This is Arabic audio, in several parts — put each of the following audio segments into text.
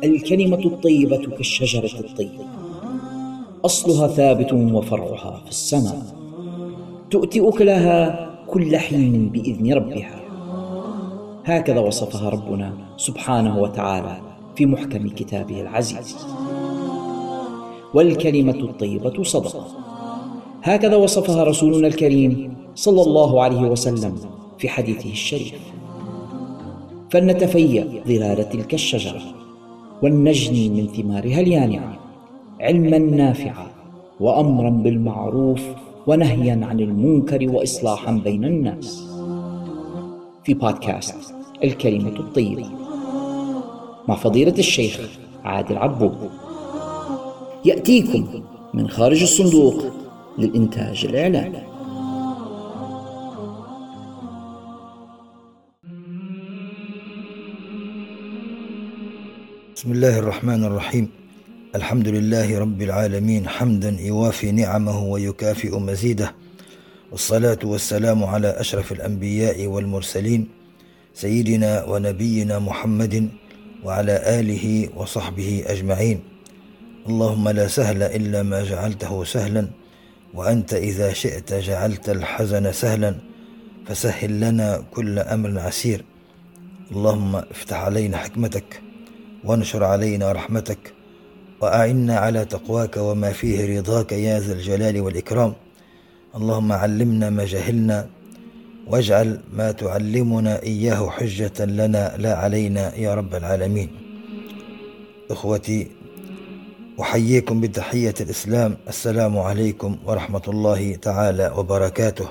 الكلمة الطيبة كالشجرة الطيبة، أصلها ثابت وفرعها في السماء، تؤتي أكلها كل حين بإذن ربها. هكذا وصفها ربنا سبحانه وتعالى في محكم كتابه العزيز. والكلمة الطيبة صدقة، هكذا وصفها رسولنا الكريم صلى الله عليه وسلم في حديثه الشريف. فلنتفيأ ظلال تلك الشجرة ولنجني من ثمارها اليانعة علما نافعا وأمرا بالمعروف ونهيا عن المنكر وإصلاحا بين الناس. في بودكاست الكلمة الطيبة مع فضيلة الشيخ عادل عبود، يأتيكم من خارج الصندوق للإنتاج الإعلامي. بسم الله الرحمن الرحيم. الحمد لله رب العالمين حمدا يوافي نعمه ويكافئ مزيده، والصلاة والسلام على أشرف الأنبياء والمرسلين سيدنا ونبينا محمد وعلى آله وصحبه أجمعين. اللهم لا سهل إلا ما جعلته سهلا، وأنت إذا شئت جعلت الحزن سهلا، فسهل لنا كل أمر عسير. اللهم افتح علينا حكمتك وانشر علينا رحمتك، وأعنا على تقواك وما فيه رضاك يا ذا الجلال والإكرام. اللهم علمنا ما جهلنا، واجعل ما تعلمنا إياه حجة لنا لا علينا يا رب العالمين. إخوتي، أحييكم بتحية الإسلام، السلام عليكم ورحمة الله تعالى وبركاته.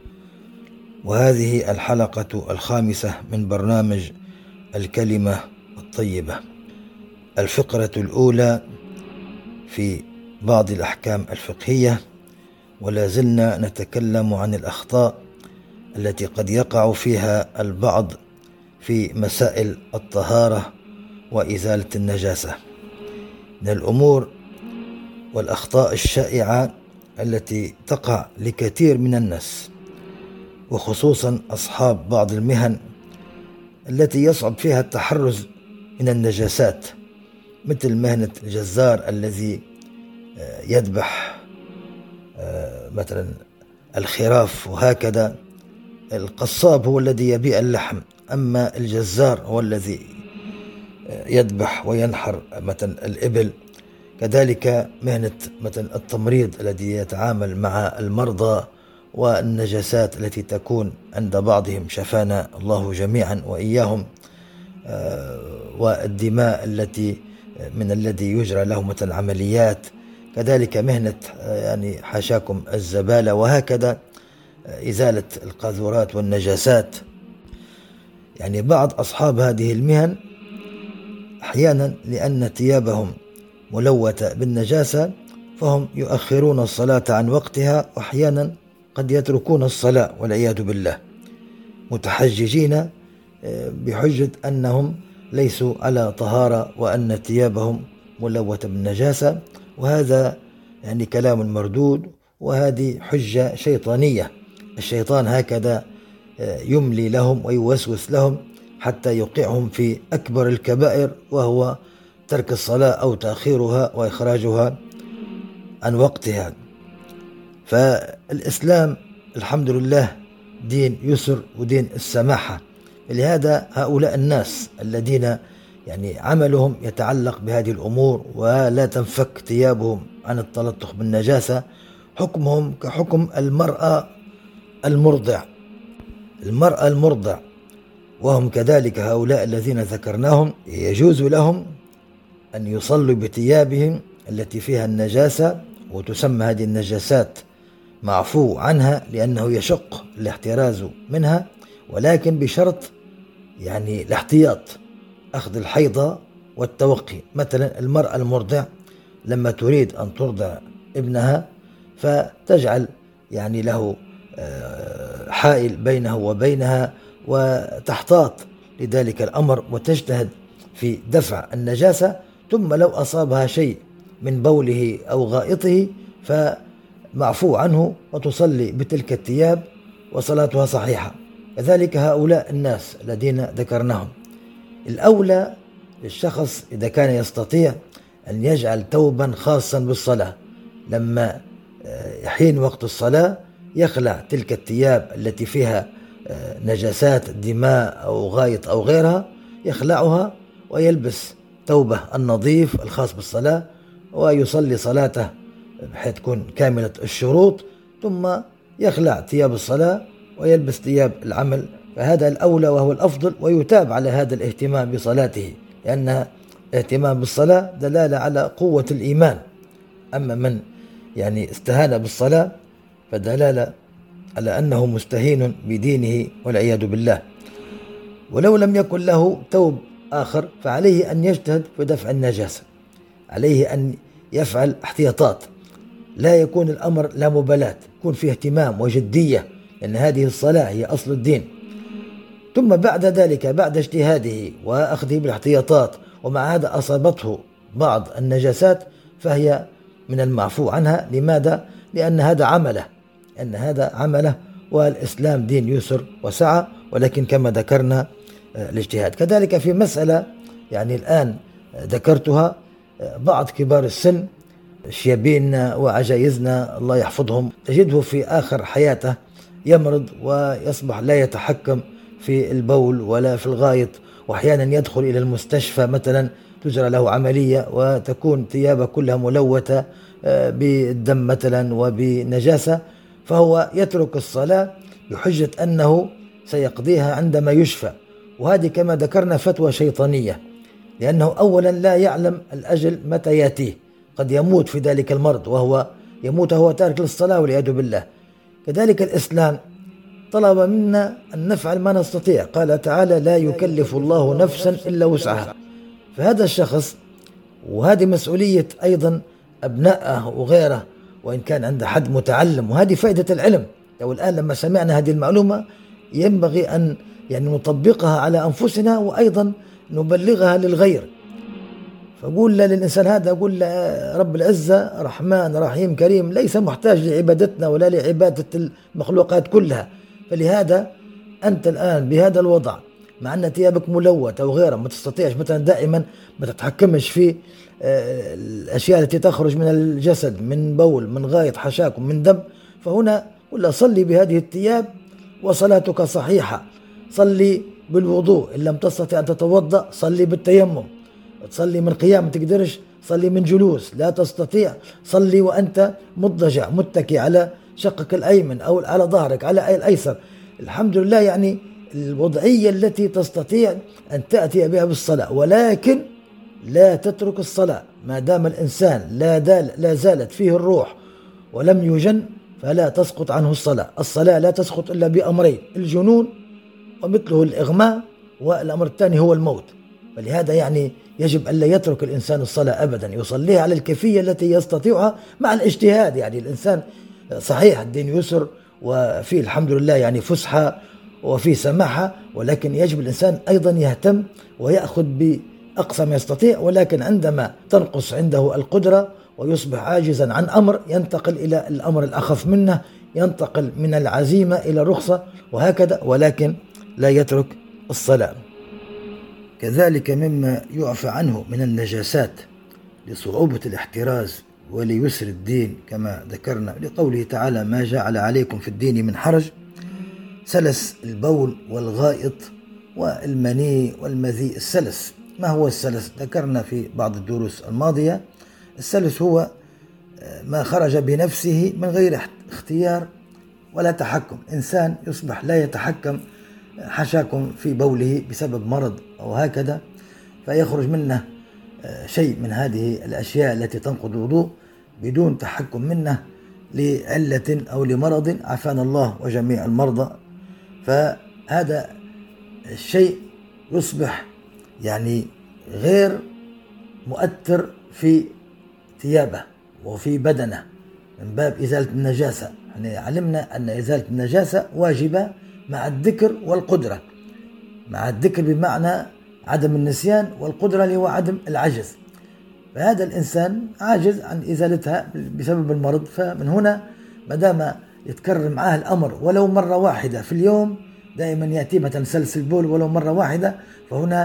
وهذه الحلقة الخامسة من برنامج الكلمة الطيبة، الفقرة الأولى في بعض الأحكام الفقهية، ولا زلنا نتكلم عن الأخطاء التي قد يقع فيها البعض في مسائل الطهارة وإزالة النجاسة. من الأمور والأخطاء الشائعة التي تقع لكثير من الناس، وخصوصا أصحاب بعض المهن التي يصعب فيها التحرز من النجاسات، مثل مهنة الجزار الذي يذبح مثلا الخراف، وهكذا القصاب هو الذي يبيع اللحم، أما الجزار هو الذي يذبح وينحر مثلا الإبل. كذلك مهنة مثلا التمريض الذي يتعامل مع المرضى والنجاسات التي تكون عند بعضهم، شفانا الله جميعا وإياهم، والدماء التي من الذي يجرى له مثلا عمليات. كذلك مهنة يعني حاشاكم الزبالة، وهكذا إزالة القاذورات والنجاسات. يعني بعض أصحاب هذه المهن أحيانا لأن ثيابهم ملوثة بالنجاسة فهم يؤخرون الصلاة عن وقتها، وأحيانا قد يتركون الصلاة والعياذ بالله، متحججين بحجة أنهم ليسوا على طهارة وأن ثيابهم ملوثة بالنجاسة. وهذا يعني كلام مردود، وهذه حجة شيطانية. الشيطان هكذا يملي لهم ويوسوس لهم حتى يوقعهم في أكبر الكبائر، وهو ترك الصلاة أو تأخيرها وإخراجها عن وقتها. فالإسلام الحمد لله دين يسر ودين السماحة، لهذا هؤلاء الناس الذين يعني عملهم يتعلق بهذه الأمور ولا تنفك ثيابهم عن التلطخ بالنجاسة، حكمهم كحكم المرأة المرضع، وهم كذلك هؤلاء الذين ذكرناهم يجوز لهم أن يصلوا بثيابهم التي فيها النجاسة، وتسمى هذه النجاسات معفو عنها لأنه يشق الاحتراز منها، ولكن بشرط يعني الاحتياط، أخذ الحيضة والتوقي. مثلا المرأة المرضع لما تريد أن ترضع ابنها فتجعل يعني له حائل بينه وبينها وتحتاط لذلك الأمر، وتجتهد في دفع النجاسة، ثم لو أصابها شيء من بوله أو غائطه فمعفو عنه، وتصلي بتلك الثياب وصلاتها صحيحة. كذلك هؤلاء الناس الذين ذكرناهم الأولى للشخص إذا كان يستطيع أن يجعل ثوبا خاصا بالصلاة، لما يحين وقت الصلاة يخلع تلك الثياب التي فيها نجاسات دماء أو غائط أو غيرها، يخلعها ويلبس ثوبه النظيف الخاص بالصلاة ويصلي صلاته بحيث تكون كاملة الشروط، ثم يخلع ثياب الصلاة ويلبس ثياب العمل. فهذا الأولى وهو الأفضل، ويتاب على هذا الاهتمام بصلاته، لأن الاهتمام بالصلاة دلالة على قوة الإيمان. أما من استهان بالصلاة فدلالة على أنه مستهين بدينه والعياذ بالله. ولو لم يكن له ثوب آخر فعليه أن يجتهد في دفع النجاسة، عليه أن يفعل احتياطات، لا يكون الأمر لا مبالاة، يكون فيه اهتمام وجدية، لأن هذه الصلاة هي أصل الدين. ثم بعد ذلك بعد اجتهاده وأخذه بالاحتياطات ومع هذا أصابته بعض النجاسات فهي من المعفو عنها. لماذا؟ لأن هذا عمله والإسلام دين يسر وسعة، ولكن كما ذكرنا الاجتهاد. كذلك في مسألة الآن ذكرتها، بعض كبار السن شيابيننا وعجائزنا الله يحفظهم تجده في آخر حياته يمرض ويصبح لا يتحكم في البول ولا في الغائط، وأحيانا يدخل إلى المستشفى مثلا تجرى له عملية وتكون ثيابه كلها ملوثة بالدم مثلا وبنجاسة، فهو يترك الصلاة بحجة أنه سيقضيها عندما يشفى. وهذه كما ذكرنا فتوى شيطانية، لأنه أولا لا يعلم الأجل متى يأتيه، قد يموت في ذلك المرض وهو يموت وهو تارك للصلاة والعياذ بالله. كذلك الإسلام طلب منا أن نفعل ما نستطيع، قال تعالى لا يكلف الله نفسا إلا وسعها. فهذا الشخص، وهذه مسؤولية أيضا أبنائه وغيره، وإن كان عند حد متعلم، وهذه فائدة العلم. لو الآن لما سمعنا هذه المعلومة ينبغي أن نطبقها على أنفسنا وأيضا نبلغها للغير. فقول للإنسان هذا، أقول رب العزة رحمن رحيم كريم، ليس محتاج لعبادتنا ولا لعبادة المخلوقات كلها. فلهذا أنت الآن بهذا الوضع، مع أن ثيابك ملوثة أو غيرها، ما تستطيعش مثلا دائما ما تتحكمش في الأشياء التي تخرج من الجسد من بول من غائط حشاكم من دم، فهنا قل صلي بهذه الثياب وصلاتك صحيحة. صلي بالوضوء، إن لم تستطع أن تتوضأ صلي بالتيمم، تصلي من قيام ما تقدرش صلي من جلوس، لا تستطيع صلي وأنت مضجع متكي على شقك الأيمن أو على ظهرك على الأيسر. الحمد لله الوضعية التي تستطيع أن تأتي بها بالصلاة، ولكن لا تترك الصلاة ما دام الإنسان لا زالت فيه الروح ولم يجن، فلا تسقط عنه الصلاة. الصلاة لا تسقط إلا بأمرين: الجنون ومثله الإغماء، والأمر الثاني هو الموت. فلهذا يجب أن لا يترك الإنسان الصلاة أبدا، يصليها على الكيفية التي يستطيعها مع الاجتهاد. الإنسان صحيح الدين يسر وفيه الحمد لله فسحة وفيه سماحة، ولكن يجب الإنسان أيضا يهتم ويأخذ بأقصى ما يستطيع. ولكن عندما تنقص عنده القدرة ويصبح عاجزا عن أمر ينتقل إلى الأمر الأخف منه، ينتقل من العزيمة إلى الرخصة وهكذا، ولكن لا يترك الصلاة. كذلك مما يعفى عنه من النجاسات لصعوبة الاحتراز وليسر الدين كما ذكرنا لقوله تعالى ما جعل عليكم في الدين من حرج، سلس البول والغائط والمني والمذي. السلس، ما هو السلس؟ ذكرنا في بعض الدروس الماضية. السلس هو ما خرج بنفسه من غير اختيار ولا تحكم. إنسان يصبح لا يتحكم، حشاكم في بوله بسبب مرض أو هكذا، فيخرج منه شيء من هذه الأشياء التي تنقض الوضوء بدون تحكم منه لعلة أو لمرض، عافانا الله وجميع المرضى. فهذا الشيء يصبح غير مؤثر في ثيابه وفي بدنه من باب إزالة النجاسة. علمنا أن إزالة النجاسة واجبة مع الذكر والقدرة. مع الذكر بمعنى عدم النسيان، والقدرة اللي هو عدم العجز. فهذا الإنسان عاجز عن إزالتها بسبب المرض، فمن هنا مدام يتكرر معاه الأمر ولو مرة واحدة في اليوم، دائما يأتي مثلا سلس البول ولو مرة واحدة، فهنا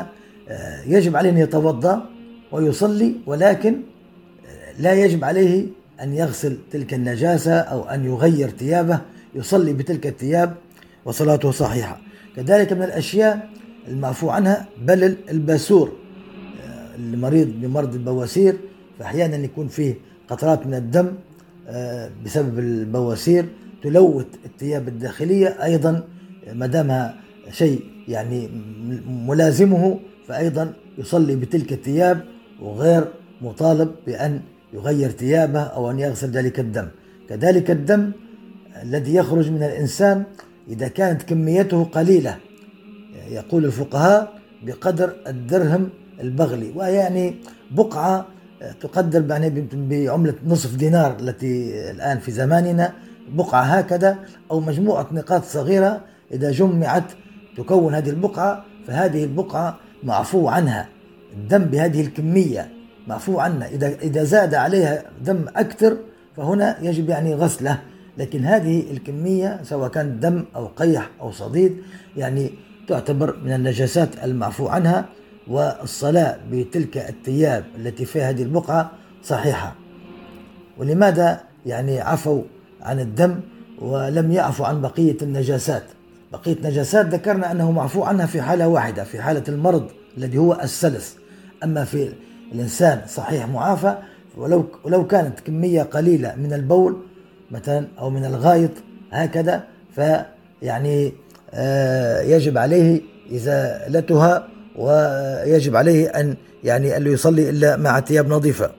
يجب عليه أن يتوضأ ويصلي، ولكن لا يجب عليه أن يغسل تلك النجاسة أو أن يغير ثيابه، يصلي بتلك الثياب وصلاته صحيحة. كذلك من الأشياء المعفو عنها بلل الباسور، المريض بمرض البواسير فأحيانا يكون فيه قطرات من الدم بسبب البواسير تلوث الثياب الداخلية، أيضا ما دامها شيء يعني ملازمه فأيضا يصلي بتلك الثياب وغير مطالب بأن يغير ثيابه أو أن يغسل ذلك الدم. كذلك الدم الذي يخرج من الإنسان إذا كانت كميته قليلة، يقول الفقهاء بقدر الدرهم البغلي، ويعني بقعة تقدر بعملة نصف دينار التي الآن في زماننا، بقعة هكذا أو مجموعة نقاط صغيرة إذا جمعت تكون هذه البقعة، فهذه البقعة معفو عنها. الدم بهذه الكمية معفو عنها، إذا زاد عليها دم أكثر فهنا يجب يعني غسله، لكن هذه الكمية سواء كان دم أو قيح أو صديد يعني تعتبر من النجاسات المعفو عنها، والصلاة بتلك الثياب التي فيها هذه البقعة صحيحة. ولماذا يعني عفوا عن الدم ولم يعفوا عن بقية النجاسات؟ بقية النجاسات ذكرنا أنه معفو عنها في حالة واحدة، في حالة المرض الذي هو السلس. أما في الإنسان صحيح معافى، ولو كانت كمية قليلة من البول مثلا أو من الغائط هكذا فيعني يجب عليه إزالتها، ويجب عليه أن يعني أن يصلي إلا مع ثياب نظيفة.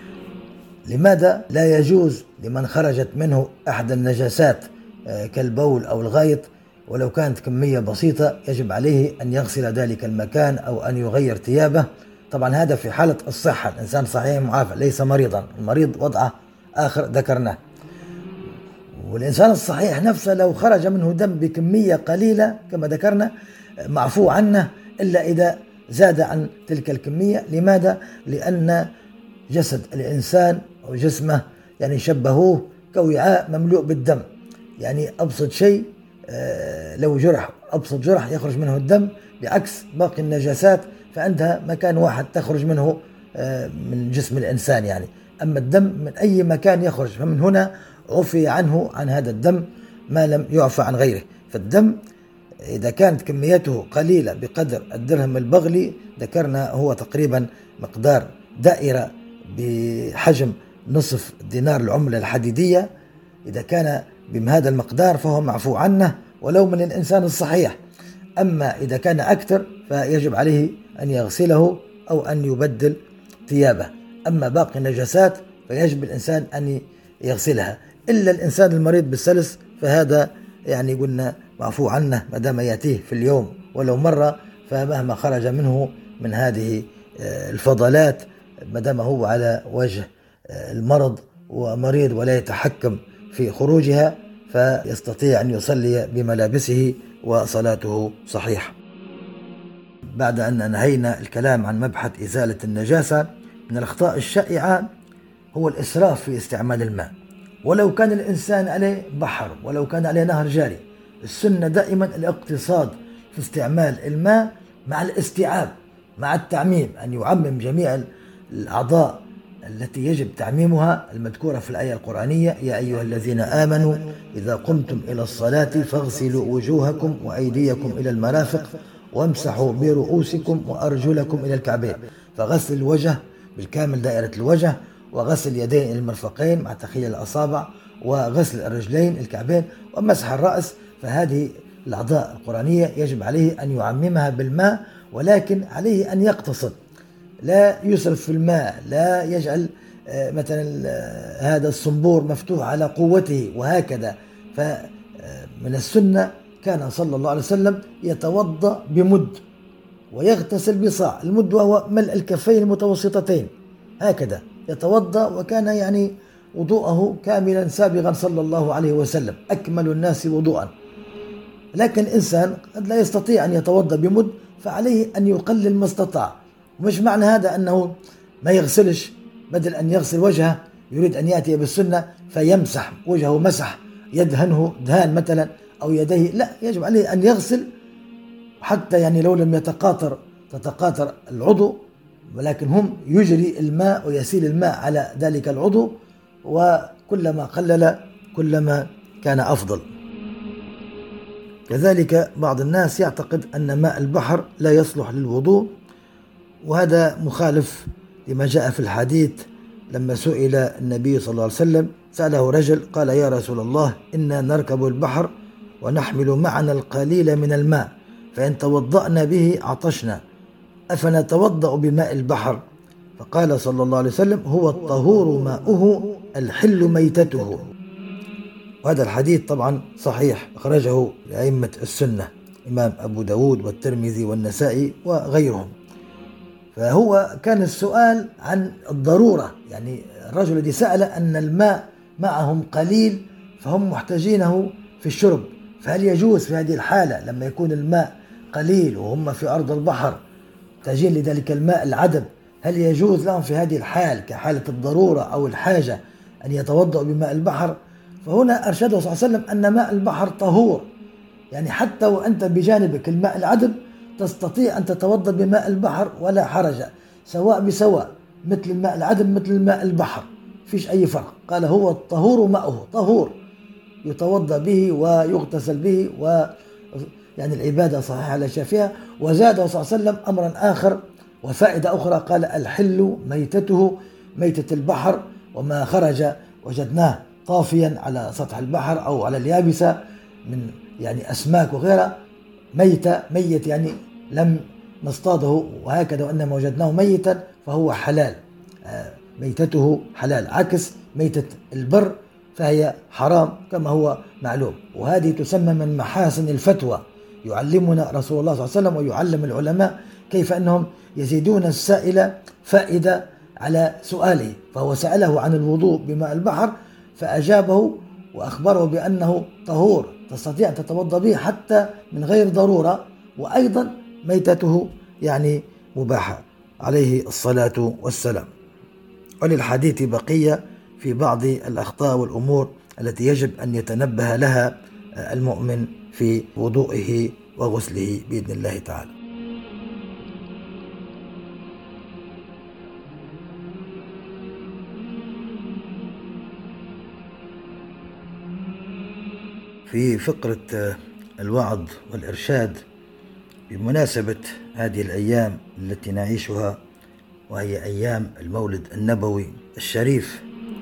لماذا لا يجوز لمن خرجت منه أحد النجاسات كالبول أو الغائط ولو كانت كمية بسيطة يجب عليه أن يغسل ذلك المكان أو أن يغير ثيابه؟ طبعا هذا في حالة الصحة، الإنسان صحيح معافى ليس مريضا، المريض وضعه آخر ذكرناه. والإنسان الصحيح نفسه لو خرج منه دم بكمية قليلة كما ذكرنا معفو عنه، إلا إذا زاد عن تلك الكمية. لماذا؟ لأن جسد الإنسان أو جسمه يعني شبهوه كوعاء مملوء بالدم، يعني أبسط شيء لو جرح، أبسط جرح يخرج منه الدم، بعكس باقي النجاسات فعندها مكان واحد تخرج منه من جسم الإنسان يعني. أما الدم من أي مكان يخرج، فمن هنا عفي عنه عن هذا الدم ما لم يعفى عن غيره. فالدم إذا كانت كميته قليلة بقدر الدرهم البغلي، ذكرنا هو تقريبا مقدار دائرة بحجم نصف دينار العملة الحديدية، إذا كان بهذا المقدار فهو معفو عنه ولو من الإنسان الصحيح. أما إذا كان أكثر فيجب عليه أن يغسله أو أن يبدل ثيابه. أما باقي النجاسات فيجب الإنسان أن يغسلها، إلا الإنسان المريض بالسلس فهذا يعني قلنا معفو عنه ما دام يأتيه في اليوم ولو مرة، فمهما خرج منه من هذه الفضلات ما دام هو على وجه المرض ومريض ولا يتحكم في خروجها فيستطيع أن يصلي بملابسه وصلاته صحيحة. بعد أن أنهينا الكلام عن مبحث إزالة النجاسة، من الأخطاء الشائعة هو الإسراف في استعمال الماء. ولو كان الإنسان عليه بحر ولو كان عليه نهر جاري، السنة دائما الاقتصاد في استعمال الماء مع الاستيعاب مع التعميم، أن يعمم جميع الأعضاء التي يجب تعميمها المذكورة في الآية القرآنية: يا أيها الذين آمنوا إذا قمتم إلى الصلاة فاغسلوا وجوهكم وأيديكم إلى المرافق وامسحوا برؤوسكم وأرجلكم إلى الكعبين. فغسل الوجه بالكامل دائرة الوجه، وغسل اليدين إلى المرفقين مع تخيل الأصابع، وغسل الرجلين الكعبين، ومسح الرأس. فهذه الأعضاء القرآنية يجب عليه أن يعممها بالماء، ولكن عليه أن يقتصد، لا يسرف في الماء، لا يجعل مثلا هذا الصنبور مفتوح على قوته وهكذا. فمن السنة كان صلى الله عليه وسلم يتوضأ بمد ويغتسل بصاع، المد وهو ملء الكفين المتوسطتين هكذا يتوضأ، وكان يعني وضوءه كاملا سابغا صلى الله عليه وسلم، أكمل الناس وضوءا. لكن الإنسان قد لا يستطيع أن يتوضأ بمد، فعليه أن يقلل ما استطاع. ومش معنى هذا أنه ما يغسلش، بدل أن يغسل وجهه يريد أن يأتي بالسنة فيمسح وجهه مسح، يدهنه دهان مثلا أو يديه، لا، يجب عليه أن يغسل حتى يعني لو لم يتقاطر تتقاطر العضو، ولكن هم يجري الماء ويسيل الماء على ذلك العضو، وكلما قلل كلما كان أفضل. كذلك بعض الناس يعتقد أن ماء البحر لا يصلح للوضوء، وهذا مخالف لما جاء في الحديث لما سئل النبي صلى الله عليه وسلم، سأله رجل قال: يا رسول الله، إنا نركب البحر ونحمل معنا القليل من الماء، فإن توضأنا به عطشنا، أفنتوضأ بماء البحر؟ فقال صلى الله عليه وسلم: هو الطهور ماؤه الحل ميتته. وهذا الحديث طبعا صحيح، أخرجه لأئمة السنة إمام أبو داود والترمذي والنسائي وغيرهم. فهو كان السؤال عن الضرورة، يعني الرجل الذي سأل أن الماء معهم قليل فهم محتاجينه في الشرب، فهل يجوز في هذه الحالة لما يكون الماء قليل وهم في أرض البحر محتاجين لذلك الماء العذب، هل يجوز لهم في هذه الحال كحالة الضرورة أو الحاجة أن يتوضأوا بماء البحر؟ فهنا أرشده صلى الله عليه وسلم أن ماء البحر طهور، يعني حتى وأنت بجانبك الماء العذب تستطيع أن تتوضأ بماء البحر ولا حرج، سواء بسواء، مثل الماء العذب مثل ماء البحر، فيش أي فرق. قال: هو الطهور ماؤه، طهور يتوضأ به ويغتسل به، يعني العبادة صحيحة لا شيء فيها. وزاده صلى الله عليه وسلم أمرا آخر وفائدة أخرى، قال: الحل ميتته، ميتة البحر وما خرج وجدناه طافيا على سطح البحر أو على اليابسة من يعني أسماك وغيرها، ميت يعني لم نصطاده، وهكذا وإنما وجدناه ميتا فهو حلال، ميتته حلال، عكس ميتة البر فهي حرام كما هو معلوم. وهذه تسمى من محاسن الفتوى، يعلمنا رسول الله صلى الله عليه وسلم ويعلم العلماء كيف أنهم يزيدون السائل فائدة على سؤاله. فهو سأله عن الوضوء بماء البحر فأجابه وأخبره بأنه طهور تستطيع أن تتوضأ به حتى من غير ضرورة، وأيضا ميتته يعني مباحة عليه الصلاة والسلام. وللحديث بقية في بعض الأخطاء والأمور التي يجب أن يتنبه لها المؤمن في وضوئه وغسله بإذن الله تعالى. في فقرة الوعظ والإرشاد بمناسبة هذه الأيام التي نعيشها، وهي أيام المولد النبوي الشريف،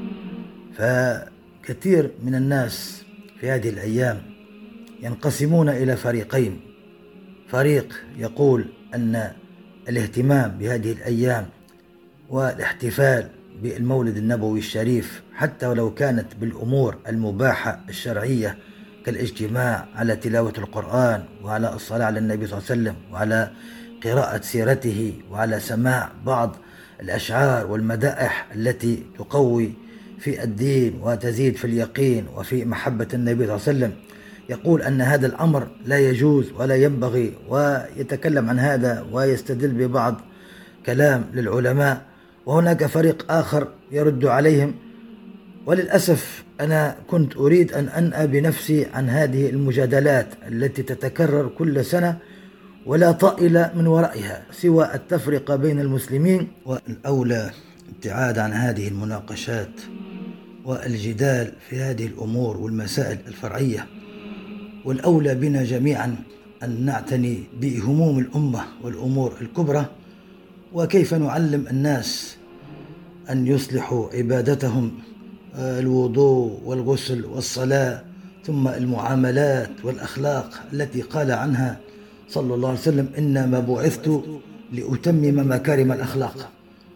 فكثير من الناس في هذه الأيام ينقسمون إلى فريقين: فريق يقول أن الاهتمام بهذه الأيام والاحتفال بالمولد النبوي الشريف حتى ولو كانت بالأمور المباحة الشرعية كالاجتماع على تلاوة القرآن وعلى الصلاة على النبي صلى الله عليه وسلم وعلى قراءة سيرته وعلى سماع بعض الأشعار والمدائح التي تقوي في الدين وتزيد في اليقين وفي محبة النبي صلى الله عليه وسلم، يقول أن هذا الأمر لا يجوز ولا ينبغي، ويتكلم عن هذا ويستدل ببعض كلام للعلماء. وهناك فريق آخر يرد عليهم. وللأسف أنا كنت أريد أن أنأى بنفسي عن هذه المجادلات التي تتكرر كل سنة ولا طائل من ورائها سوى التفرقة بين المسلمين. والأولى ابتعاد عن هذه المناقشات والجدال في هذه الأمور والمسائل الفرعية، والأولى بنا جميعا أن نعتني بهموم الأمة والأمور الكبرى، وكيف نعلم الناس أن يصلحوا عبادتهم، الوضوء والغسل والصلاة، ثم المعاملات والأخلاق التي قال عنها صلى الله عليه وسلم: إنما بعثت لأتمم مكارم الأخلاق.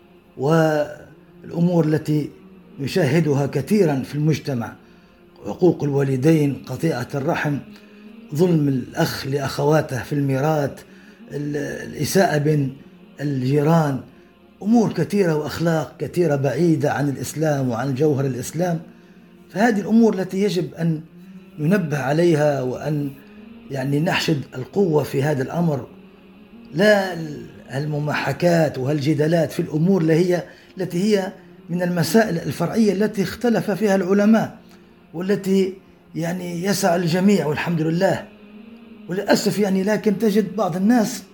والأمور التي نشاهدها كثيرا في المجتمع: عقوق الوالدين، قطيعة الرحم، ظلم الأخ لأخواته في الميراث، الإساءة بين الجيران، أمور كثيرة وأخلاق كثيرة بعيدة عن الإسلام وعن جوهر الإسلام. فهذه الأمور التي يجب أن ننبه عليها وأن يعني نحشد القوة في هذا الأمر، لا المماحكات والجدالات في الأمور التي هي من المسائل الفرعية التي اختلف فيها العلماء والتي يعني يسع الجميع والحمد لله. وللأسف يعني لكن تجد بعض الناس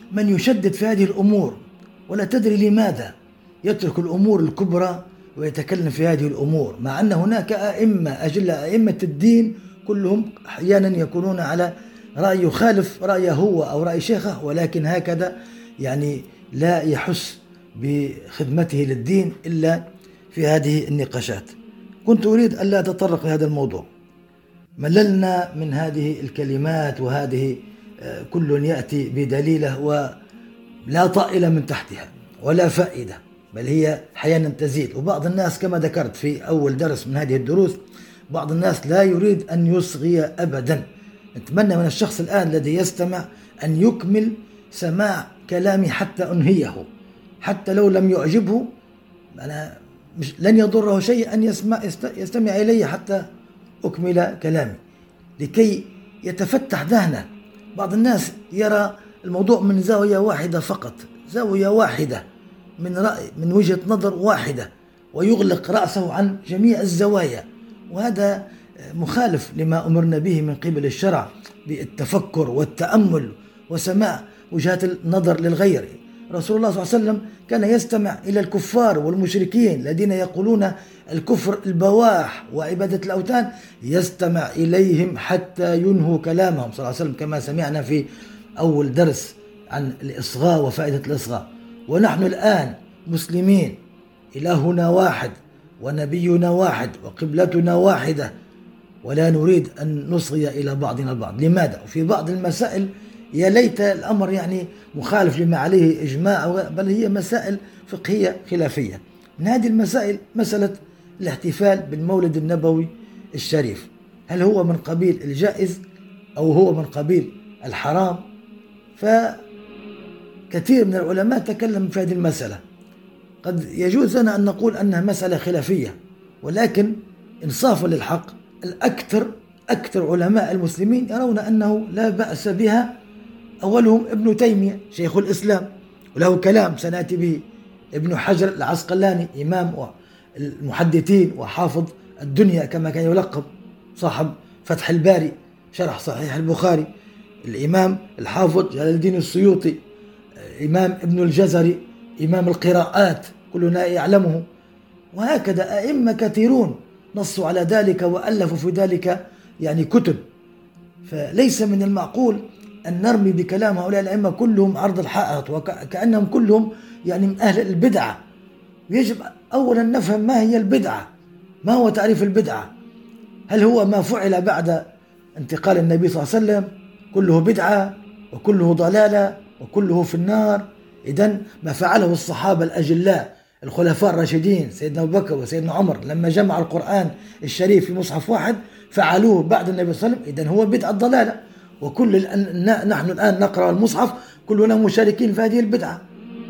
من يشدد في هذه الأمور ولا تدري لماذا يترك الأمور الكبرى ويتكلم في هذه الأمور، مع أن هناك أئمة أجل أئمة الدين كلهم أحيانا يكونون على رأي يخالف رأيه هو أو رأي شيخه، ولكن هكذا يعني لا يحس بخدمته للدين إلا في هذه النقاشات. كنت أريد أن لا أتطرق لهذا الموضوع، مللنا من هذه الكلمات، وهذه كل يأتي بدليله ولا طائل من تحتها ولا فائدة، بل هي أحيانا تزيد. وبعض الناس كما ذكرت في أول درس من هذه الدروس، بعض الناس لا يريد أن يصغي أبدا. نتمنى من الشخص الآن الذي يستمع أن يكمل سماع كلامي حتى أنهيه، حتى لو لم يعجبه أنا لن يضره شيء أن يستمع إلي حتى أكمل كلامي لكي يتفتح ذهنه. بعض الناس يرى الموضوع من زاوية واحدة فقط، زاوية واحدة من رأي، من وجهة نظر واحدة، ويغلق رأسه عن جميع الزوايا، وهذا مخالف لما أمرنا به من قبل الشرع بالتفكر والتأمل وسماع وجهات النظر للغير. رسول الله صلى الله عليه وسلم كان يستمع إلى الكفار والمشركين الذين يقولون الكفر البواح وعبادة الأوثان، يستمع إليهم حتى ينهوا كلامهم صلى الله عليه وسلم، كما سمعنا في أول درس عن الإصغاء وفائدة الإصغاء. ونحن الآن مسلمين، إلهنا واحد ونبينا واحد وقبلتنا واحدة، ولا نريد أن نصغي إلى بعضنا البعض. لماذا؟ وفي بعض المسائل يا ليت الأمر يعني مخالف لما عليه إجماع، بل هي مسائل فقهية خلافية. من هذه المسائل مسألة الاحتفال بالمولد النبوي الشريف، هل هو من قبيل الجائز أو هو من قبيل الحرام؟ فكثير من العلماء تكلم في هذه المسألة. قد يجوز لنا أن نقول أنها مسألة خلافية، ولكن إنصافا للحق أكثر علماء المسلمين يرون أنه لا بأس بها. أولهم ابن تيمية شيخ الإسلام، وله كلام سنأتي به، ابن حجر العسقلاني إمام المحدثين وحافظ الدنيا كما كان يلقب، صاحب فتح الباري شرح صحيح البخاري، الإمام الحافظ جلال الدين السيوطي، إمام ابن الجزري إمام القراءات كلنا يعلمه، وهكذا أئمة كثيرون نصوا على ذلك وألفوا في ذلك يعني كتب. فليس من المعقول أن نرمي بكلام هؤلاء الأئمة كلهم عرض الحائط وكأنهم كلهم يعني من أهل البدعة. يجب أولا نفهم ما هي البدعة، ما هو تعريف البدعة؟ هل هو ما فعل بعد انتقال النبي صلى الله عليه وسلم كله بدعة وكله ضلالة وكله في النار؟ إذن ما فعله الصحابة الأجلاء الخلفاء الراشدين سيدنا أبو بكر وسيدنا عمر لما جمع القرآن الشريف في مصحف واحد فعلوه بعد النبي صلى الله عليه وسلم، إذن هو بدعة ضلالة، وكل نحن الآن نقرأ المصحف كلنا مشاركين في هذه البدعة.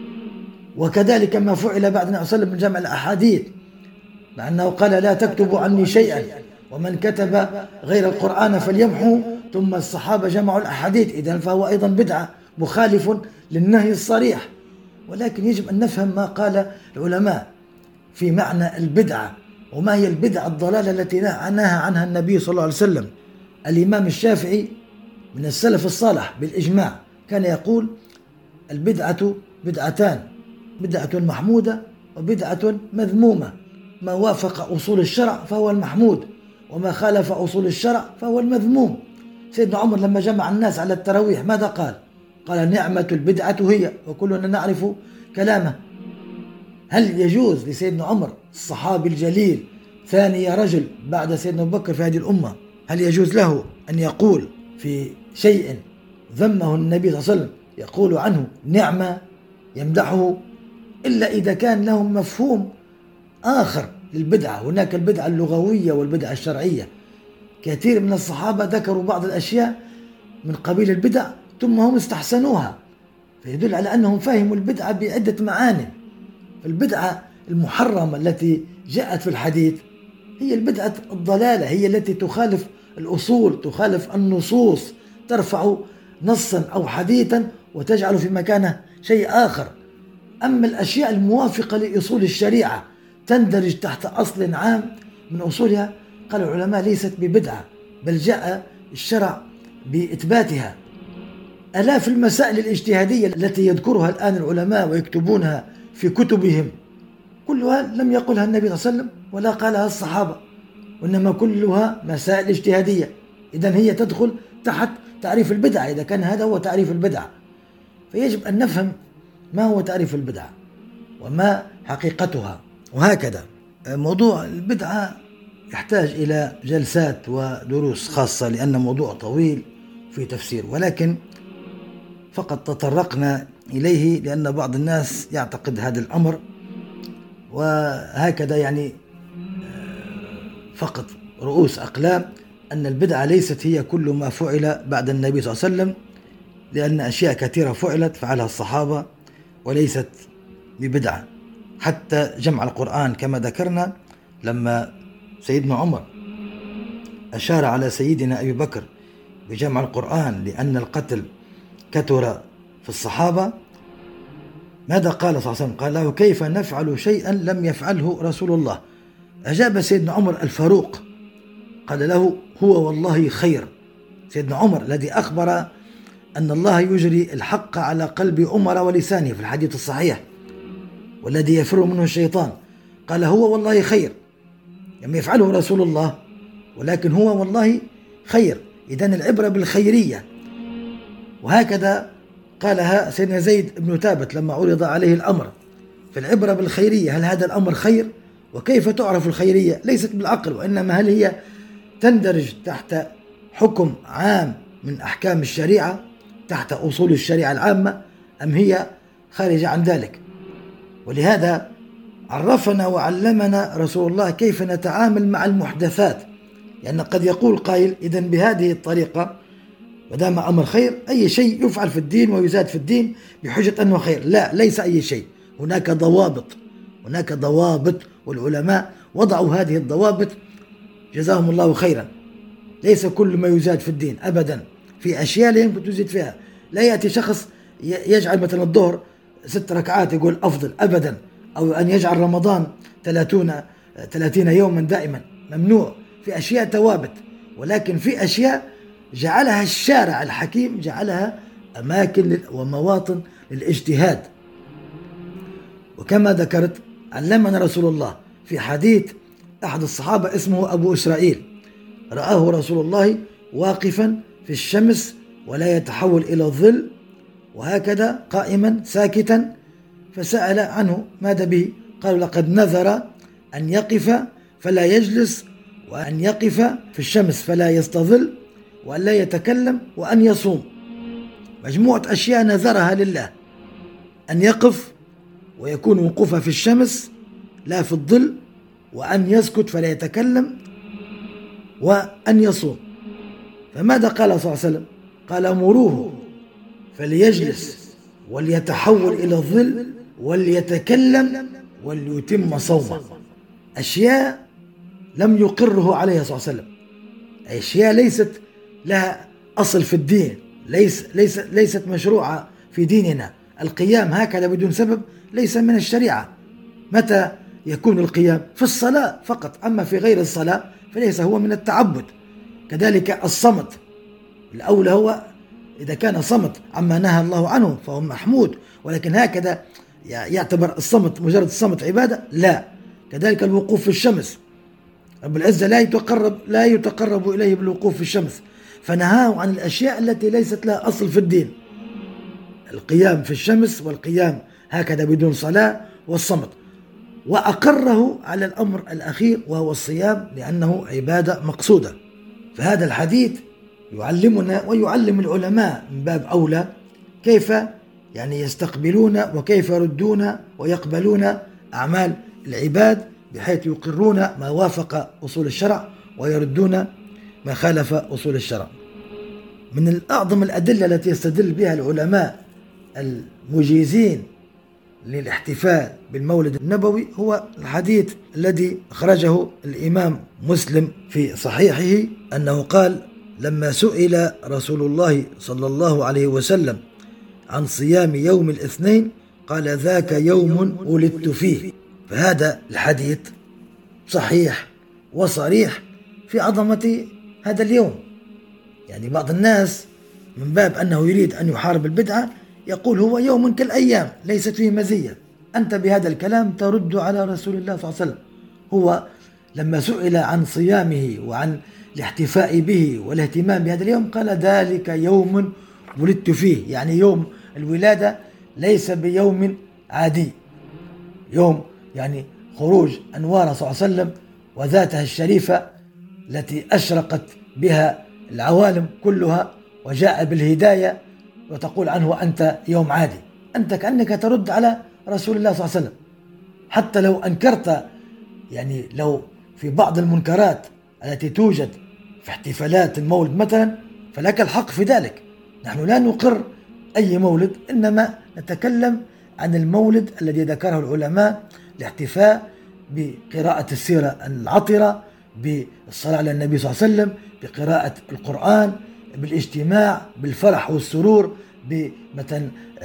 وكذلك ما فعل بعد النبي صلى الله عليه وسلم من جمع الأحاديث، مع أنه قال لا تكتبوا عني شيئا ومن كتب غير القرآن فليمحو، ثم الصحابة جمعوا الأحاديث، إذن فهو أيضا بدعة مخالف للنهي الصريح. ولكن يجب أن نفهم ما قال العلماء في معنى البدعة، وما هي البدعة الضلالة التي نهى عنها النبي صلى الله عليه وسلم. الإمام الشافعي من السلف الصالح بالإجماع كان يقول البدعة بدعتان، بدعة محمودة وبدعة مذمومة، ما وافق أصول الشرع فهو المحمود وما خالف أصول الشرع فهو المذموم. سيدنا عمر لما جمع الناس على التراويح ماذا قال؟ قال نعمة البدعة هي، وكلنا نعرف كلامه. هل يجوز لسيدنا عمر الصحابي الجليل ثاني رجل بعد سيدنا أبو بكر في هذه الأمة، هل يجوز له أن يقول في شيء ذمه النبي صلى الله عليه وسلم يقول عنه نعمة يمدحه، إلا إذا كان له مفهوم آخر للبدعة؟ هناك البدعة اللغوية والبدعة الشرعية. كثير من الصحابة ذكروا بعض الأشياء من قبيل البدع ثم هم استحسنوها، فيدل على أنهم فهموا البدعة بعدة معاني. فالبدعة المحرمة التي جاءت في الحديث هي البدعة الضلالة، هي التي تخالف الأصول، تخالف النصوص، ترفع نصا أو حديثا وتجعل في مكانه شيء آخر. أما الأشياء الموافقة لأصول الشريعة تندرج تحت أصل عام من أصولها، قال العلماء ليست ببدعة، بل جاء الشرع بإثباتها. آلاف المسائل الاجتهادية التي يذكرها الآن العلماء ويكتبونها في كتبهم كلها لم يقلها النبي صلى الله عليه وسلم ولا قالها الصحابة، وإنما كلها مسائل اجتهادية. إذن هي تدخل تحت تعريف البدعة إذا كان هذا هو تعريف البدعة. فيجب أن نفهم ما هو تعريف البدعة وما حقيقتها. وهكذا موضوع البدعة يحتاج إلى جلسات ودروس خاصة لأن موضوع طويل في تفسير، ولكن فقط تطرقنا إليه لأن بعض الناس يعتقد هذا الأمر، وهكذا يعني فقط رؤوس أقلام أن البدعة ليست هي كل ما فعل بعد النبي صلى الله عليه وسلم، لأن أشياء كثيرة فعلها الصحابة وليست ببدعة. حتى جمع القرآن كما ذكرنا لما سيدنا عمر أشار على سيدنا أبي بكر بجمع القرآن لأن القتل كثر في الصحابة، ماذا قال صلى الله عليه وسلم؟ قال له: كيف نفعل شيئا لم يفعله رسول الله؟ أجاب سيدنا عمر الفاروق قال له: هو والله خير. سيدنا عمر الذي أخبر أن الله يجري الحق على قلب عمر ولسانه في الحديث الصحيح والذي يفر منه الشيطان، قال: هو والله خير، لم يفعله رسول الله ولكن هو والله خير. إذن العبرة بالخيرية. وهكذا قالها سيدنا زيد بن ثابت لما عرض عليه الأمر، فالعبرة بالخيرية، هل هذا الأمر خير؟ وكيف تعرف الخيرية؟ ليست بالعقل، وإنما هل هي تندرج تحت حكم عام من أحكام الشريعة تحت أصول الشريعة العامة أم هي خارجة عن ذلك؟ ولهذا عرفنا وعلمنا رسول الله كيف نتعامل مع المحدثات، لأن قد يقول قائل: إذن بهذه الطريقة ودام أمر خير أي شيء يفعل في الدين ويزاد في الدين بحجة أنه خير. لا، ليس أي شيء، هناك ضوابط والعلماء وضعوا هذه الضوابط جزاهم الله خيرا. ليس كل ما يزاد في الدين أبدا، في أشياء لا يمكن تزيد فيها. لا يأتي شخص يجعل مثلا الظهر 6 ركعات يقول أفضل أبدا، أو أن يجعل رمضان 30 يوما دائما، ممنوع. في أشياء توابت، ولكن في أشياء جعلها الشارع الحكيم جعلها أماكن ومواطن للاجتهاد. وكما ذكرت علمنا رسول الله في حديث أحد الصحابة اسمه أبو إسرائيل، رآه رسول الله واقفا في الشمس ولا يتحول إلى الظل وهكذا قائما ساكتا، فسأل عنه ماذا به؟ قالوا: لقد نذر أن يقف فلا يجلس، وأن يقف في الشمس فلا يستظل، وأن لا يتكلم، وأن يصوم. مجموعة أشياء نذرها لله: أن يقف ويكون وقوفه في الشمس لا في الظل، وأن يسكت فلا يتكلم، وأن يصوم. فماذا قال صلى الله عليه وسلم؟ قال: مروه فليجلس وليتحول إلى الظل وليتكلم وليتم صومه. أشياء لم يقره عليها صلى الله عليه وسلم، أشياء ليست لها أصل في الدين، ليست مشروعة في ديننا. القيام هكذا بدون سبب ليس من الشريعة. متى يكون القيام؟ في الصلاة فقط، أما في غير الصلاة فليس هو من التعبد. كذلك الصمت الأولى هو إذا كان صمت عما نهى الله عنه فهو محمود، ولكن هكذا يعتبر الصمت مجرد الصمت عبادة؟ لا. كذلك الوقوف في الشمس، رب العزة لا يتقرب إليه بالوقوف في الشمس، فنهاه عن الأشياء التي ليست لها أصل في الدين. القيام في الشمس والقيام هكذا بدون صلاة والصمت، وأقره على الأمر الأخير وهو الصيام لأنه عبادة مقصودة. فهذا الحديث يعلمنا ويعلم العلماء من باب أولى كيف يعني يستقبلون وكيف يردون ويقبلون أعمال العباد، بحيث يقرون ما وافق أصول الشرع ويردون ما خالف أصول الشرع. من أعظم الأدلة التي يستدل بها العلماء المجيزين للاحتفال بالمولد النبوي هو الحديث الذي أخرجه الإمام مسلم في صحيحه، أنه قال: لما سئل رسول الله صلى الله عليه وسلم عن صيام يوم الاثنين قال: ذاك يوم ولدت فيه. فهذا الحديث صحيح وصريح في عظمة هذا اليوم. يعني بعض الناس من باب أنه يريد أن يحارب البدعة يقول هو يوم كالأيام ليست فيه مزية. أنت بهذا الكلام ترد على رسول الله صلى الله عليه وسلم. هو لما سئل عن صيامه وعن الاحتفاء به والاهتمام بهذا اليوم قال ذلك يوم ولدت فيه، يعني يوم الولادة ليس بيوم عادي، يوم يعني خروج أنوار صلى الله عليه وسلم وذاته الشريفة التي أشرقت بها العوالم كلها وجاء بالهداية، وتقول عنه أنت يوم عادي. أنت كأنك ترد على رسول الله صلى الله عليه وسلم. حتى لو أنكرت، يعني لو في بعض المنكرات التي توجد في احتفالات المولد مثلا فلك الحق في ذلك. نحن لا نقر أي مولد، إنما نتكلم عن المولد الذي ذكره العلماء، الاحتفاء بقراءة السيرة العطرة، بالصلاة على النبي صلى الله عليه وسلم، بقراءة القرآن، بالاجتماع، بالفرح والسرور، بمثلا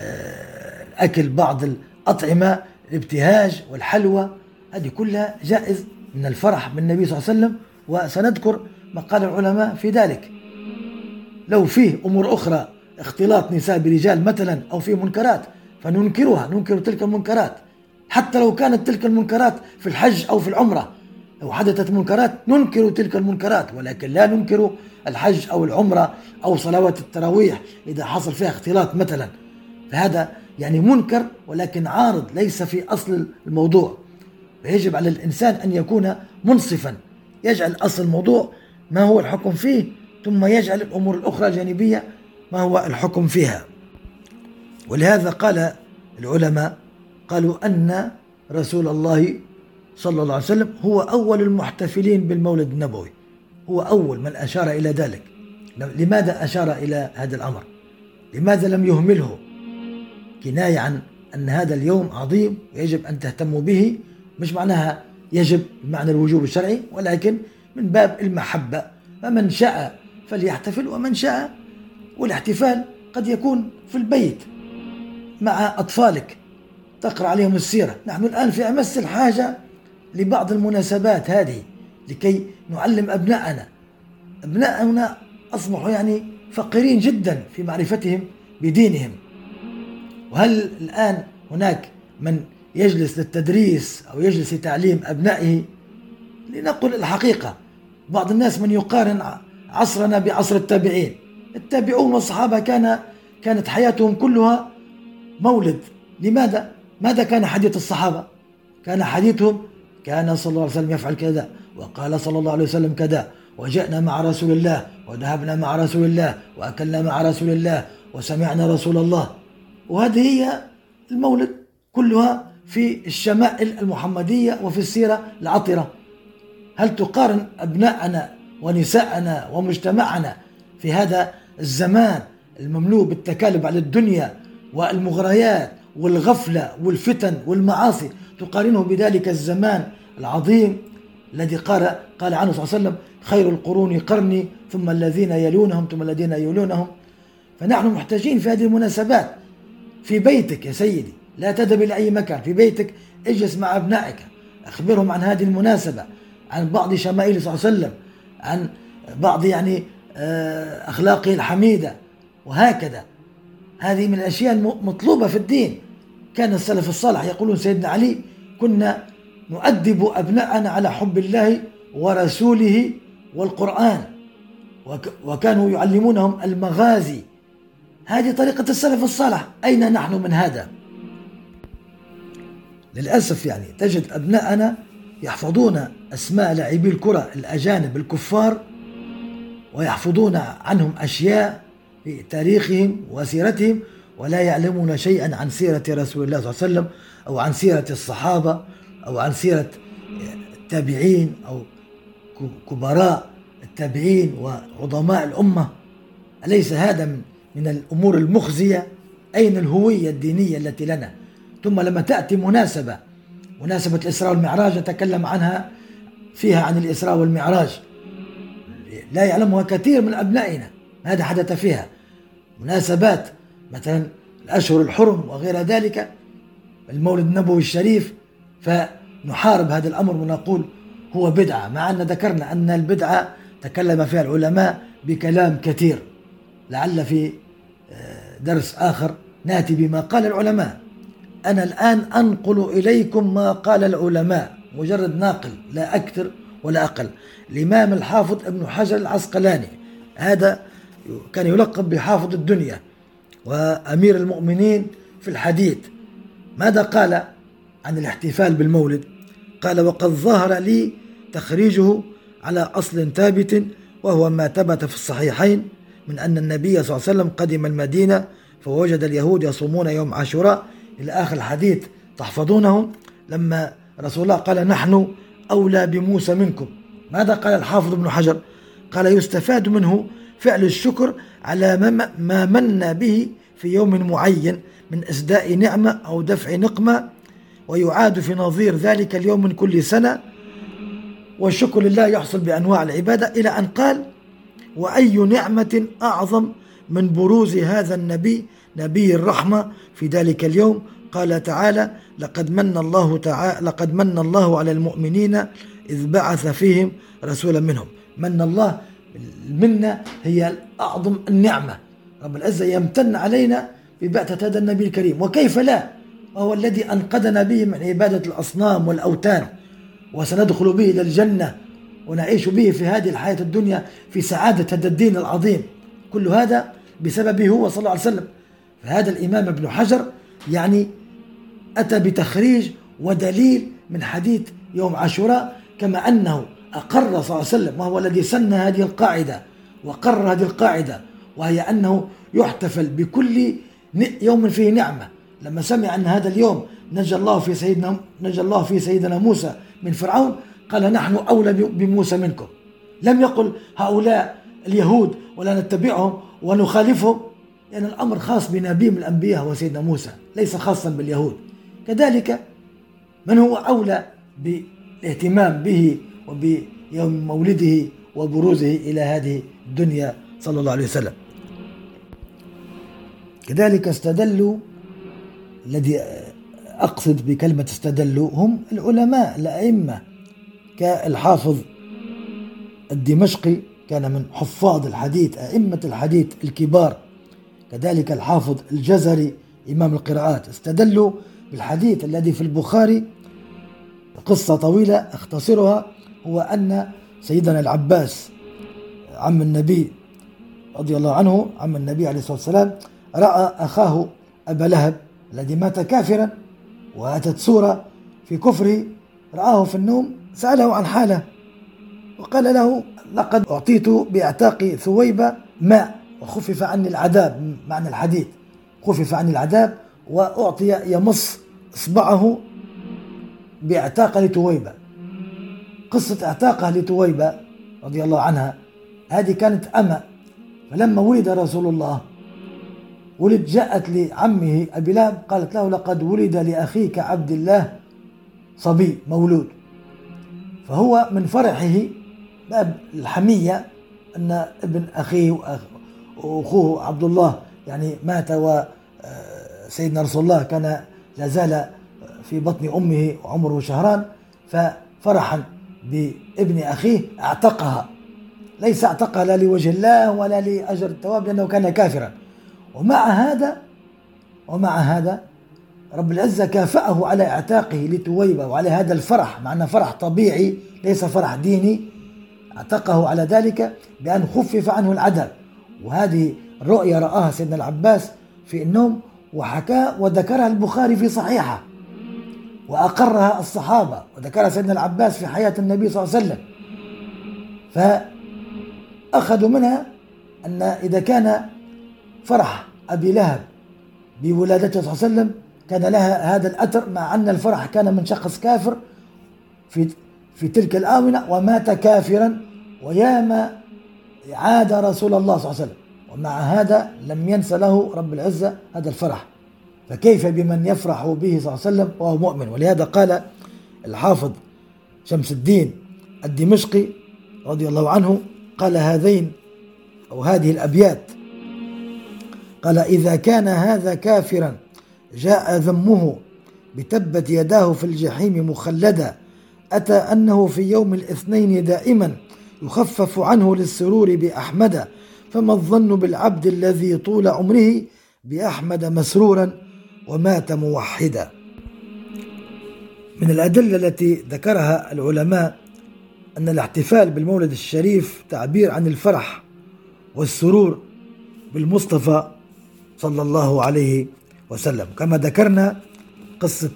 أكل بعض الأطعمة، الابتهاج والحلوى، هذه كلها جائز من الفرح بالنبي صلى الله عليه وسلم. وسنذكر مقال العلماء في ذلك. لو فيه أمور أخرى اختلاط نساء برجال مثلا أو فيه منكرات فننكرها، ننكر تلك المنكرات، حتى لو كانت تلك المنكرات في الحج أو في العمرة. لو حدثت منكرات ننكر تلك المنكرات، ولكن لا ننكر الحج أو العمرة أو صلوات التراويح إذا حصل فيها اختلاط مثلا. فهذا يعني منكر ولكن عارض، ليس في أصل الموضوع. فيجب على الإنسان أن يكون منصفا، يجعل أصل الموضوع ما هو الحكم فيه، ثم يجعل الأمور الأخرى الجانبية ما هو الحكم فيها. ولهذا قال العلماء قالوا أن رسول الله صلى الله عليه وسلم هو أول المحتفلين بالمولد النبوي، هو أول من أشار إلى ذلك. لماذا أشار إلى هذا الأمر؟ لماذا لم يهمله؟ كناية عن أن هذا اليوم عظيم ويجب أن تهتموا به، مش معناها يجب بمعنى الوجوب الشرعي، ولكن من باب المحبة. فمن شاء فليحتفل ومن شاء، والاحتفال قد يكون في البيت مع أطفالك تقرأ عليهم السيرة. نحن الآن في أمس الحاجة لبعض المناسبات هذه لكي نعلم أبناءنا أصبحوا يعني فقيرين جدا في معرفتهم بدينهم. وهل الآن هناك من يجلس للتدريس أو يجلس لتعليم أبنائه؟ لنقل الحقيقة، بعض الناس من يقارن عصرنا بعصر التابعين. التابعون والصحابة كانت حياتهم كلها مولد. لماذا؟ ماذا كان حديث الصحابة؟ كان حديثهم كان صلى الله عليه وسلم يفعل كذا، وقال صلى الله عليه وسلم كذا، وجئنا مع رسول الله، وذهبنا مع رسول الله، وأكلنا مع رسول الله، وسمعنا رسول الله. وهذه هي المولد كلها في الشمائل المحمدية وفي السيرة العطرة. هل تقارن أبناءنا ونساءنا ومجتمعنا في هذا الزمان المملوء بالتكالب على الدنيا والمغريات والغفلة والفتن والمعاصي، تقارنه بذلك الزمان العظيم الذي قال عنه صلى الله عليه وسلم خير القرون قرني ثم الذين يلونهم ثم الذين يلونهم؟ فنحن محتاجين في هذه المناسبات في بيتك يا سيدي، لا تذهب إلى أي مكان، في بيتك اجلس مع أبنائك، أخبرهم عن هذه المناسبة، عن بعض شمائل صلى الله عليه وسلم، عن بعض يعني أخلاقه الحميدة، وهكذا. هذه من الأشياء المطلوبة في الدين. كان السلف الصالح يقولون سيدنا علي كنا نؤدب أبناءنا على حب الله ورسوله والقرآن، وكانوا يعلمونهم المغازي. هذه طريقة السلف الصالح. أين نحن من هذا؟ للأسف يعني تجد أبناءنا يحفظون أسماء لاعبي الكرة الأجانب الكفار، ويحفظون عنهم أشياء في تاريخهم وسيرتهم، ولا يعلمون شيئا عن سيرة رسول الله صلى الله عليه وسلم، أو عن سيرة الصحابة، أو عن سيرة التابعين أو كبراء التابعين وعظماء الأمة. أليس هذا من الأمور المخزية؟ أين الهوية الدينية التي لنا؟ ثم لما تأتي مناسبة الإسراء والمعراج نتكلم عنها فيها عن الإسراء والمعراج، لا يعلمها كثير من أبنائنا. هذا حدث فيها مناسبات مثلا الأشهر الحرم وغير ذلك، المولد النبوي الشريف، فنحارب هذا الأمر ونقول هو بدعة، مع أن ذكرنا أن البدعة تكلم فيها العلماء بكلام كثير. لعل في درس آخر نأتي بما قال العلماء. أنا الآن أنقل إليكم ما قال العلماء، مجرد ناقل لا أكثر ولا أقل. الإمام الحافظ ابن حجر العسقلاني، هذا كان يلقب بحافظ الدنيا وأمير المؤمنين في الحديث، ماذا قال عن الاحتفال بالمولد؟ قال: وقد ظهر لي تخريجه على أصل ثابت، وهو ما ثبت في الصحيحين من أن النبي صلى الله عليه وسلم قدم المدينة فوجد اليهود يصومون يوم عاشوراء إلى آخر الحديث تحفظونه. لما رسول الله قال: نحن أولى بموسى منكم، ماذا قال الحافظ ابن حجر؟ قال: يستفاد منه فعل الشكر على ما من به في يوم معين من إسداء نعمة أو دفع نقمة، ويعاد في نظير ذلك اليوم من كل سنة، والشكر لله يحصل بأنواع العبادة، إلى أن قال: وأي نعمة أعظم من بروز هذا النبي نبي الرحمة في ذلك اليوم؟ قال تعالى: لقد من الله على المؤمنين إذ بعث فيهم رسولا منهم. من الله، المنة هي أعظم النعمة، رب العزة يمتن علينا ببعثة هذا النبي الكريم، وكيف لا، وهو الذي أنقذنا به من عبادة الأصنام والأوثان، وسندخل به إلى الجنة ونعيش به في هذه الحياة الدنيا في سعادة هذا الدين العظيم، كل هذا بسببه هو صلى الله عليه وسلم. فهذا الإمام ابن حجر يعني أتى بتخريج ودليل من حديث يوم عاشوراء، كما أنه أقر صلى الله عليه وسلم، وهو الذي سن هذه القاعدة وقرر هذه القاعدة، وهي أنه يحتفل بكل يوم فيه نعمة. لما سمع أن هذا اليوم نجى الله في سيدنا موسى من فرعون، قال: نحن أولى بموسى منكم. لم يقل هؤلاء اليهود ولا نتبعهم ونخالفهم، لأن يعني الأمر خاص بنبي من الأنبياء وسيدنا موسى، ليس خاصا باليهود. كذلك من هو أولى بالاهتمام به وبيوم مولده وبروزه إلى هذه الدنيا صلى الله عليه وسلم. كذلك استدلوا، الذي أقصد بكلمة استدلوا هم العلماء الأئمة، كالحافظ الدمشقي كان من حفاظ الحديث، أئمة الحديث الكبار. كذلك الحافظ الجزري إمام القراءات استدلوا بالحديث الذي في البخاري، قصة طويلة أختصرها، هو أن سيدنا العباس عم النبي رضي الله عنه، عم النبي عليه الصلاة والسلام، رأى أخاه أبا لهب الذي مات كافرا، وأتت سورة في كفره، رآه في النوم، سأله عن حاله وقال له: لقد أعطيت بإعتاق ثويبة ماء وخفف عني العذاب، معنى الحديث خفف عني العذاب، وأعطي يمص إصبعه باعتاق لثويبة. قصة اعتاقها لثويبة رضي الله عنها، هذه كانت أمة، فلما ولد رسول الله جاءت لعمه أبي لهب قالت له: لقد ولد لأخيك عبد الله صبي مولود. فهو من فرحه باب الحمية أن ابن أخيه وأخوه عبد الله يعني مات، وسيدنا رسول الله كان لازال في بطن أمه وعمره شهران، ففرحا بابن أخيه اعتقها، ليس اعتقها لا لوجه الله ولا لأجر الثواب لأنه كان كافرا. ومع هذا رب العزة كافأه على اعتاقه لثويبة وعلى هذا الفرح، معنى فرح طبيعي ليس فرح ديني، اعتقه على ذلك بأن خفف عنه العذاب. وهذه الرؤيا رآها سيدنا العباس في النوم، وذكرها البخاري في صحيحه، وأقرها الصحابة، وذكرها سيدنا العباس في حياة النبي صلى الله عليه وسلم. فأخذوا منها أن إذا كان فرح أبي لهب بولادته صلى الله عليه وسلم كان لها هذا الأثر، مع أن الفرح كان من شخص كافر في تلك الآونة ومات كافرا، وياما عاد رسول الله صلى الله عليه وسلم، ومع هذا لم ينسى له رب العزة هذا الفرح، فكيف بمن يفرح به صلى الله عليه وسلم وهو مؤمن؟ ولهذا قال الحافظ شمس الدين الدمشقي رضي الله عنه، قال هذه الأبيات، قال: إذا كان هذا كافرا جاء ذمه بتبت يداه في الجحيم مخلدا، أتى أنه في يوم الاثنين دائما يخفف عنه للسرور بأحمد، فما الظن بالعبد الذي طول عمره بأحمد مسرورا ومات موحدا. من الأدلة التي ذكرها العلماء أن الاحتفال بالمولد الشريف تعبير عن الفرح والسرور بالمصطفى صلى الله عليه وسلم، كما ذكرنا قصة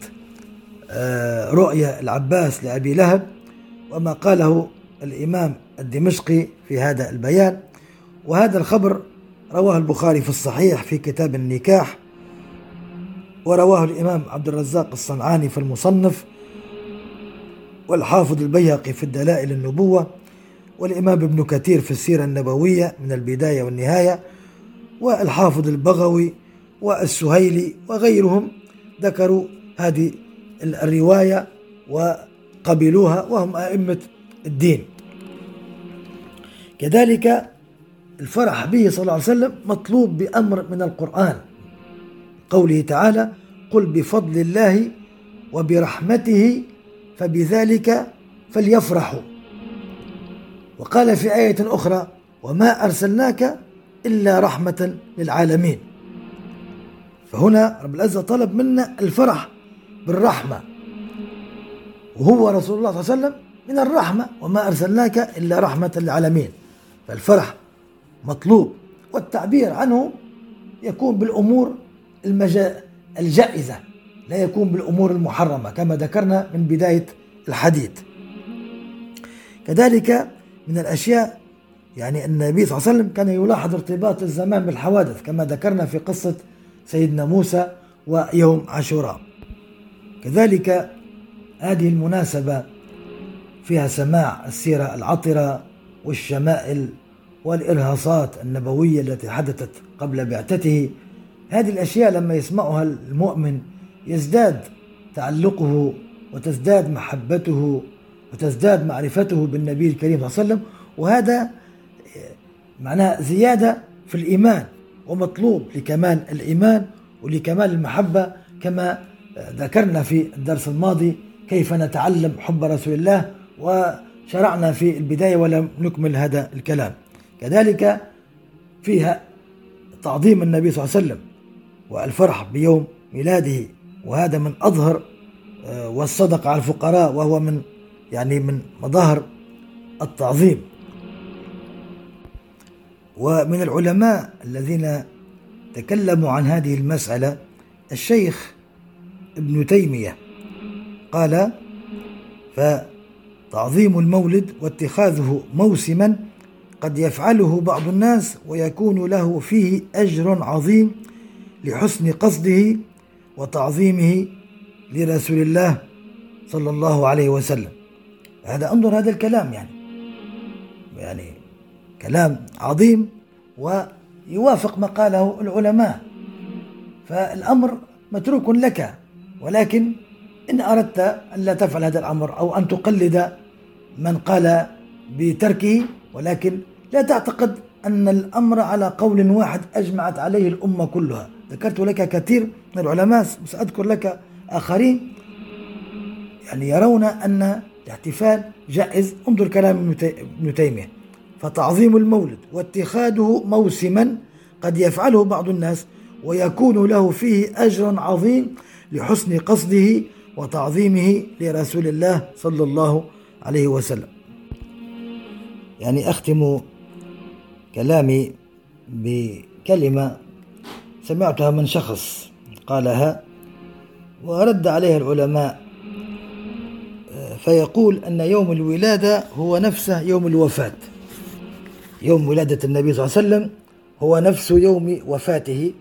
رؤيا العباس لأبي لهب وما قاله الإمام الدمشقي في هذا البيان. وهذا الخبر رواه البخاري في الصحيح في كتاب النكاح، ورواه الإمام عبد الرزاق الصنعاني في المصنف، والحافظ البيهقي في الدلائل النبوة، والإمام ابن كثير في السيرة النبوية من البداية والنهاية، والحافظ البغوي والسهيلي وغيرهم ذكروا هذه الرواية وقبلوها وهم أئمة الدين. كذلك الفرح به صلى الله عليه وسلم مطلوب بأمر من القرآن، قوله تعالى: قل بفضل الله وبرحمته فبذلك فليفرحوا. وقال في آية أخرى: وما أرسلناك إلا رحمة للعالمين. فهنا رب العزة طلب منا الفرح بالرحمة، وهو رسول الله صلى الله عليه وسلم من الرحمة، وما أرسلناك إلا رحمة للعالمين. فالفرح مطلوب، والتعبير عنه يكون بالأمور الجائزة، لا يكون بالأمور المحرمة كما ذكرنا من بداية الحديث. كذلك من الأشياء يعني النبي صلى الله عليه وسلم كان يلاحظ ارتباط الزمان بالحوادث كما ذكرنا في قصة سيدنا موسى ويوم عاشوراء. كذلك هذه المناسبة فيها سماع السيرة العطرة والشمائل والإرهاصات النبوية التي حدثت قبل بعثته. هذه الأشياء لما يسمعها المؤمن يزداد تعلقه وتزداد محبته وتزداد معرفته بالنبي الكريم صلى الله عليه وسلم، وهذا معناه زيادة في الإيمان ومطلوب لكمال الإيمان ولكمال المحبة، كما ذكرنا في الدرس الماضي كيف نتعلم حب رسول الله، وشرعنا في البداية ولم نكمل هذا الكلام. كذلك فيها تعظيم النبي صلى الله عليه وسلم والفرح بيوم ميلاده، وهذا من أظهر والصدقة على الفقراء، وهو من مظاهر التعظيم. ومن العلماء الذين تكلموا عن هذه المسألة الشيخ ابن تيمية قال: فتعظيم المولد واتخاذه موسما قد يفعله بعض الناس ويكون له فيه أجر عظيم لحسن قصده وتعظيمه لرسول الله صلى الله عليه وسلم. انظر هذا الكلام يعني كلام عظيم ويوافق ما قاله العلماء، فالأمر متروك لك، ولكن إن أردت أن لا تفعل هذا الأمر أو أن تقلد من قال بتركه، ولكن لا تعتقد أن الأمر على قول واحد أجمعت عليه الأمة كلها. ذكرت لك كثير من العلماء، سأذكر لك آخرين يرون أن الاحتفال جائز. انظر كلام ابن تيمية: فتعظيم المولد واتخاذه موسما قد يفعله بعض الناس ويكون له فيه أجر عظيم لحسن قصده وتعظيمه لرسول الله صلى الله عليه وسلم. أختم كلامي بكلمة سمعتها من شخص قالها ورد عليها العلماء، فيقول أن يوم الولادة هو نفسه يوم الوفاة. يوم ولادة النبي صلى الله عليه وسلم هو نفس يوم وفاته،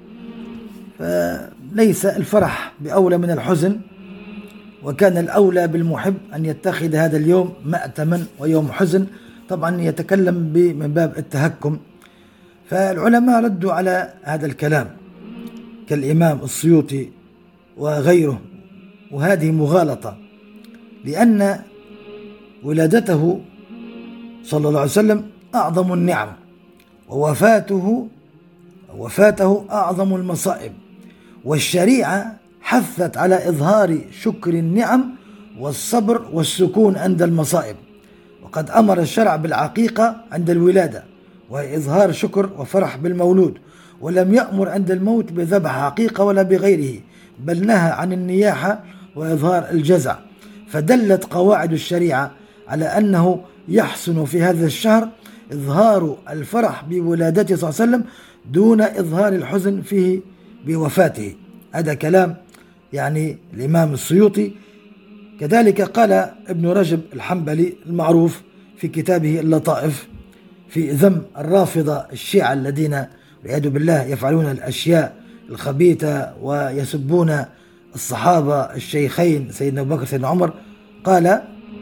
فليس الفرح بأولى من الحزن، وكان الأولى بالمحب أن يتخذ هذا اليوم مأتما ويوم حزن. طبعا يتكلم من باب التهكم. فالعلماء ردوا على هذا الكلام كالإمام السيوطي وغيره، وهذه مغالطة، لأن ولادته صلى الله عليه وسلم أعظم النعم، ووفاته أعظم المصائب، والشريعة حثت على إظهار شكر النعم والصبر والسكون عند المصائب. وقد أمر الشرع بالعقيقة عند الولادة، وإظهار شكر وفرح بالمولود، ولم يأمر عند الموت بذبح حقيقة ولا بغيره، بل نهى عن النياحة وإظهار الجزع. فدلت قواعد الشريعة على أنه يحسن في هذا الشهر إظهار الفرح بولادته صلى الله عليه وسلم دون إظهار الحزن فيه بوفاته. هذا كلام يعني الإمام السيوطي. كذلك قال ابن رجب الحنبلي المعروف في كتابه اللطائف في ذم الرافضة الشيعة الذين والعياذ بالله يفعلون الأشياء الخبيثة ويسبون الصحابة الشيخين سيدنا أبو بكر سيدنا عمر، قال: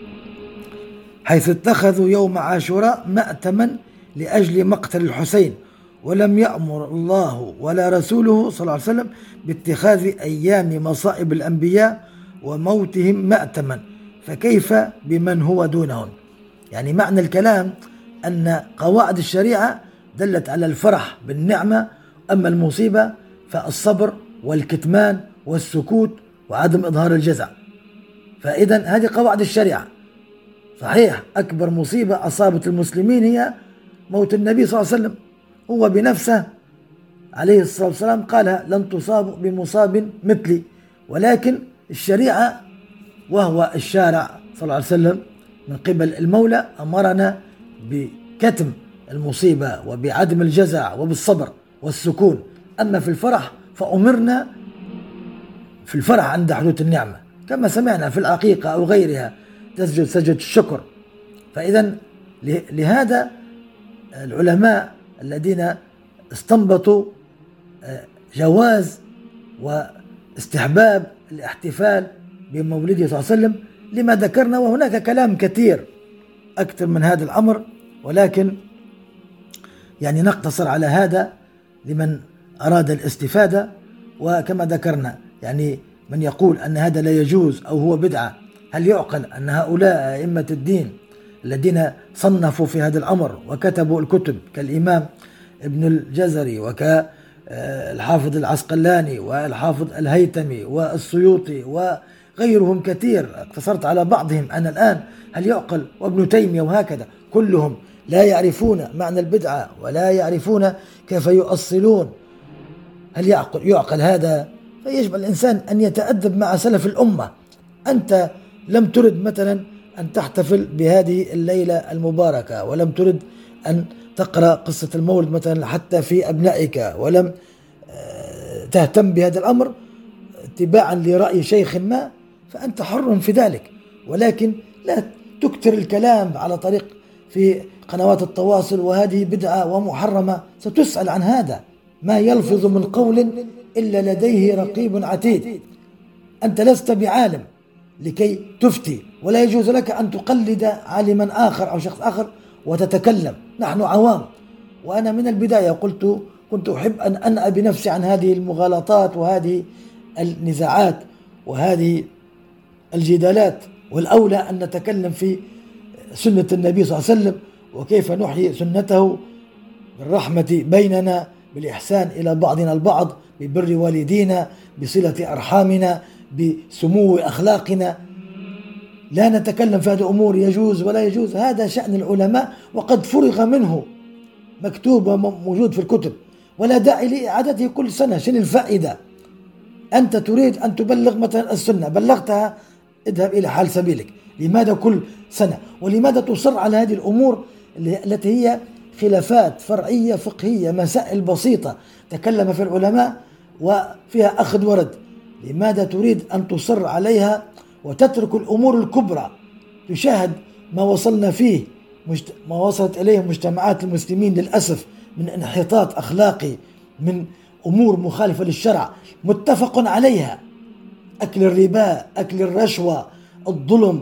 حيث اتخذوا يوم عاشوراء مأتما لأجل مقتل الحسين، ولم يأمر الله ولا رسوله صلى الله عليه وسلم باتخاذ أيام مصائب الأنبياء وموتهم مأتما، فكيف بمن هو دونهم؟ يعني معنى الكلام أن قواعد الشريعة دلت على الفرح بالنعمة، أما المصيبة فالصبر والكتمان والسكوت وعدم إظهار الجزع. فإذا هذه قواعد الشريعة. صحيح أكبر مصيبة أصابت المسلمين هي موت النبي صلى الله عليه وسلم، هو بنفسه عليه الصلاة والسلام قالها: لن تصابوا بمصاب مثلي، ولكن الشريعة وهو الشارع صلى الله عليه وسلم من قبل المولى أمرنا بكتم المصيبة وبعدم الجزع وبالصبر والسكون. أما في الفرح فأمرنا في الفرح عند حدوث النعمة، كما سمعنا في العقيقة أو غيرها تسجد سجدة الشكر. فإذا لهذا العلماء الذين استنبطوا جواز واستحباب الاحتفال بمولده صلى الله عليه وسلم لما ذكرنا، وهناك كلام كثير أكثر من هذا الأمر، ولكن يعني نقتصر على هذا لمن أراد الاستفادة. وكما ذكرنا يعني من يقول أن هذا لا يجوز أو هو بدعة، هل يعقل أن هؤلاء أئمة الدين الذين صنفوا في هذا الأمر وكتبوا الكتب كالإمام ابن الجزري وكالحافظ العسقلاني والحافظ الهيثمي والسيوطي وغيرهم كثير، اقتصرت على بعضهم أنا الآن، هل يعقل وابن تيمية وهكذا كلهم لا يعرفون معنى البدعة ولا يعرفون كيف يؤصلون؟ هل يعقل هذا؟ فيجب الإنسان أن يتأدب مع سلف الأمة. أنت لم ترد مثلا أن تحتفل بهذه الليلة المباركة، ولم ترد أن تقرأ قصة المولد مثلا حتى في أبنائك، ولم تهتم بهذا الأمر اتباعا لرأي شيخ ما، فأنت حر في ذلك، ولكن لا تكتر الكلام على طريق في قنوات التواصل وهذه بدعة ومحرمة. ستسأل عن هذا، ما يلفظ من قول إلا لديه رقيب عتيد. أنت لست بعالم لكي تفتي، ولا يجوز لك أن تقلد عالما آخر أو شخص آخر وتتكلم. نحن عوام، وأنا من البداية كنت أحب أن أنأى بنفسي عن هذه المغالطات وهذه النزاعات وهذه الجدالات، والأولى أن نتكلم في سنة النبي صلى الله عليه وسلم وكيف نحيي سنته بالرحمة بيننا، بالإحسان إلى بعضنا البعض، ببر والدينا، بصلة أرحامنا، بسمو أخلاقنا. لا نتكلم في هذه الأمور يجوز ولا يجوز، هذا شأن العلماء وقد فرغ منه، مكتوب وموجود في الكتب، ولا داعي لإعادته كل سنة. شنو الفائدة؟ أنت تريد أن تبلغ مثلا السنة، بلغتها، اذهب إلى حال سبيلك. لماذا كل سنة؟ ولماذا تصر على هذه الأمور التي هي خلافات فرعية فقهية، مسائل بسيطة تكلم في العلماء وفيها أخذ ورد؟ لماذا تريد أن تصر عليها وتترك الأمور الكبرى؟ تشاهد ما وصلنا فيه، ما وصلت إليه مجتمعات المسلمين للأسف من انحطاط أخلاقي، من أمور مخالفة للشرع متفق عليها، أكل الربا، أكل الرشوة، الظلم،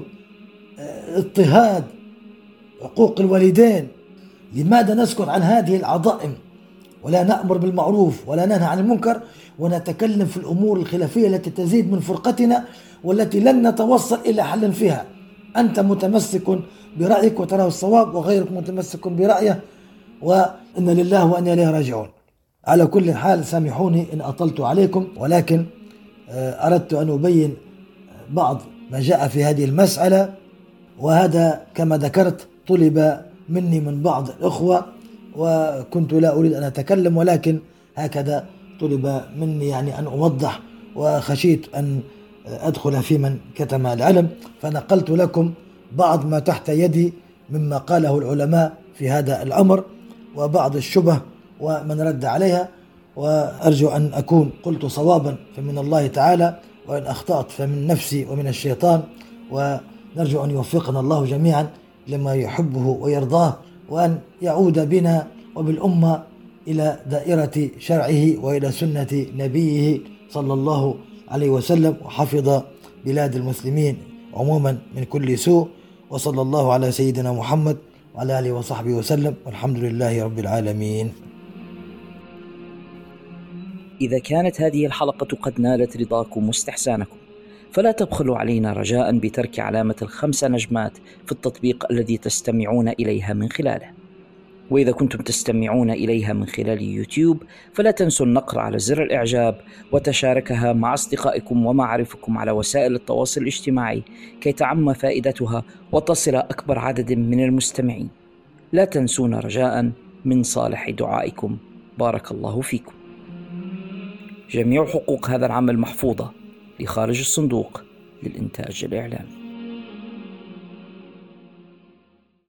اضطهاد، عقوق الوالدين. لماذا نسكت عن هذه العظائم ولا نأمر بالمعروف ولا ننهى عن المنكر، ونتكلم في الأمور الخلافية التي تزيد من فرقتنا والتي لن نتوصل إلى حل فيها؟ أنت متمسك برأيك وتراه الصواب، وغيرك متمسك برأيه، وإن لله وإنا إليه راجعون. على كل حال سامحوني إن أطلت عليكم، ولكن أردت أن أبين بعض ما جاء في هذه المسألة، وهذا كما ذكرت طلب مني من بعض الأخوة وكنت لا أريد أن أتكلم، ولكن هكذا طلب مني أن أوضح، وخشيت أن أدخل في من كتم العلم، فنقلت لكم بعض ما تحت يدي مما قاله العلماء في هذا الأمر، وبعض الشبه ومن رد عليها، وأرجو أن أكون قلت صوابا فمن الله تعالى، وإن أخطأت فمن نفسي ومن الشيطان، ونرجو أن يوفقنا الله جميعا لما يحبه ويرضاه، وأن يعود بنا وبالأمة إلى دائرة شرعه وإلى سنة نبيه صلى الله عليه وسلم، وحفظ بلاد المسلمين عموما من كل سوء. وصلى الله على سيدنا محمد وعلى آله وصحبه وسلم، والحمد لله رب العالمين. إذا كانت هذه الحلقة قد نالت رضاكم واستحسانكم، فلا تبخلوا علينا رجاء بترك علامة ال5 نجمات في التطبيق الذي تستمعون إليها من خلاله. وإذا كنتم تستمعون إليها من خلال يوتيوب، فلا تنسوا النقر على زر الإعجاب وتشاركها مع أصدقائكم ومعارفكم على وسائل التواصل الاجتماعي كي تعم فائدتها وتصل أكبر عدد من المستمعين. لا تنسونا رجاء من صالح دعائكم. بارك الله فيكم. جميع حقوق هذا العمل محفوظة لخارج الصندوق للإنتاج الإعلامي.